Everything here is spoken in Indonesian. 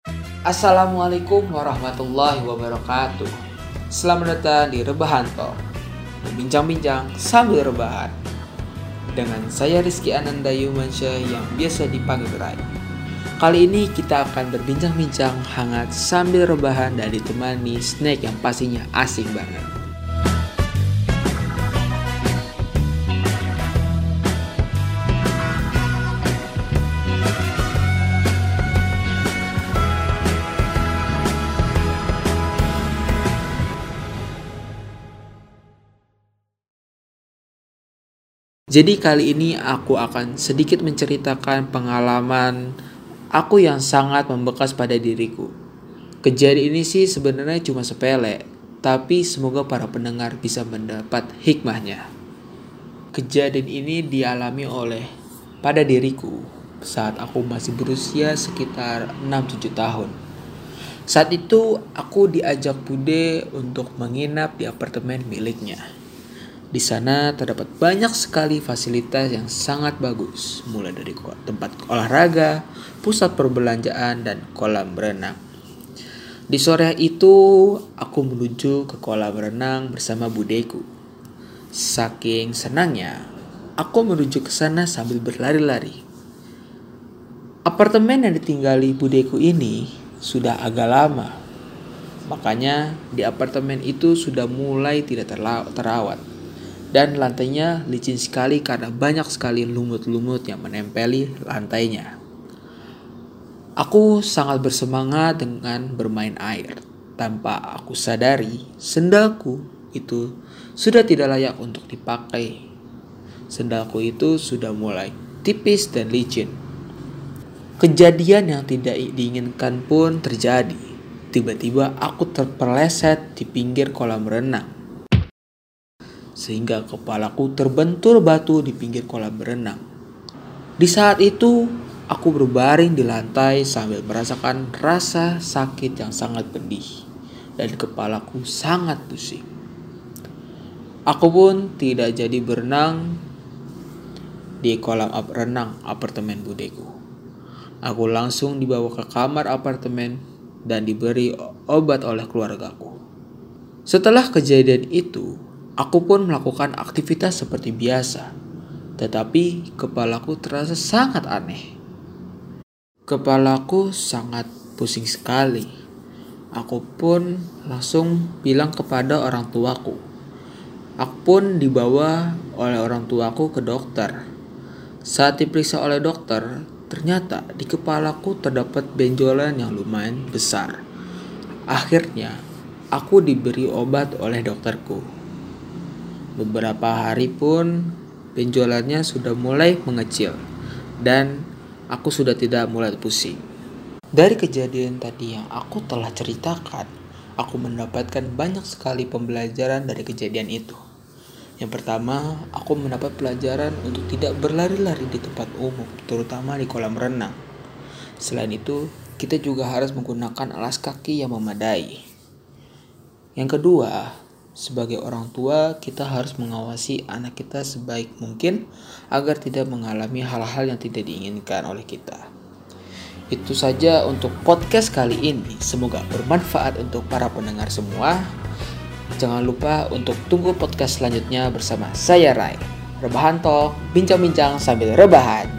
Assalamualaikum warahmatullahi wabarakatuh. Selamat datang di Rebahan Talk, berbincang-bincang sambil rebahan. Dengan saya Rizky Ananda Yumansyah yang biasa dipanggil Rai. Kali ini kita akan berbincang-bincang hangat sambil rebahan dan ditemani snack yang pastinya asing banget. Jadi kali ini aku akan sedikit menceritakan pengalaman aku yang sangat membekas pada diriku. Kejadian ini sih sebenarnya cuma sepele, tapi semoga para pendengar bisa mendapat hikmahnya. Kejadian ini dialami pada diriku saat aku masih berusia sekitar 6-7 tahun. Saat itu aku diajak Bude untuk menginap di apartemen miliknya. Di sana terdapat banyak sekali fasilitas yang sangat bagus, mulai dari tempat olahraga, pusat perbelanjaan, dan kolam berenang. Di sore itu, aku menuju ke kolam renang bersama budeku. Saking senangnya, aku menuju ke sana sambil berlari-lari. Apartemen yang ditinggali budeku ini sudah agak lama. Makanya di apartemen itu sudah mulai tidak terawat. Dan lantainya licin sekali karena banyak sekali lumut-lumut yang menempeli lantainya. Aku sangat bersemangat dengan bermain air. Tanpa aku sadari, sendalku itu sudah tidak layak untuk dipakai. Sendalku itu sudah mulai tipis dan licin. Kejadian yang tidak diinginkan pun terjadi. Tiba-tiba aku terpeleset di pinggir kolam renang, sehingga kepalaku terbentur batu di pinggir kolam berenang. Di saat itu, aku berbaring di lantai sambil merasakan rasa sakit yang sangat pedih dan kepalaku sangat pusing. Aku pun tidak jadi berenang di kolam renang apartemen budeku. Aku langsung dibawa ke kamar apartemen dan diberi obat oleh keluargaku. Setelah kejadian itu, aku pun melakukan aktivitas seperti biasa, tetapi kepalaku terasa sangat aneh. Kepalaku sangat pusing sekali. Aku pun langsung bilang kepada orang tuaku. Aku pun dibawa oleh orang tuaku ke dokter. Saat diperiksa oleh dokter, ternyata di kepalaku terdapat benjolan yang lumayan besar. Akhirnya, aku diberi obat oleh dokterku. Beberapa hari pun benjolannya sudah mulai mengecil dan aku sudah tidak mulai pusing. Dari kejadian tadi yang aku telah ceritakan, aku mendapatkan banyak sekali pembelajaran dari kejadian itu. Yang pertama, aku mendapat pelajaran untuk tidak berlari-lari di tempat umum, terutama di kolam renang. Selain itu, kita juga harus menggunakan alas kaki yang memadai. Yang kedua, sebagai orang tua, kita harus mengawasi anak kita sebaik mungkin agar tidak mengalami hal-hal yang tidak diinginkan oleh kita. Itu saja untuk podcast kali ini. Semoga bermanfaat untuk para pendengar semua. Jangan lupa untuk tunggu podcast selanjutnya bersama saya Rai. Rebahan Talk, bincang-bincang sambil rebahan.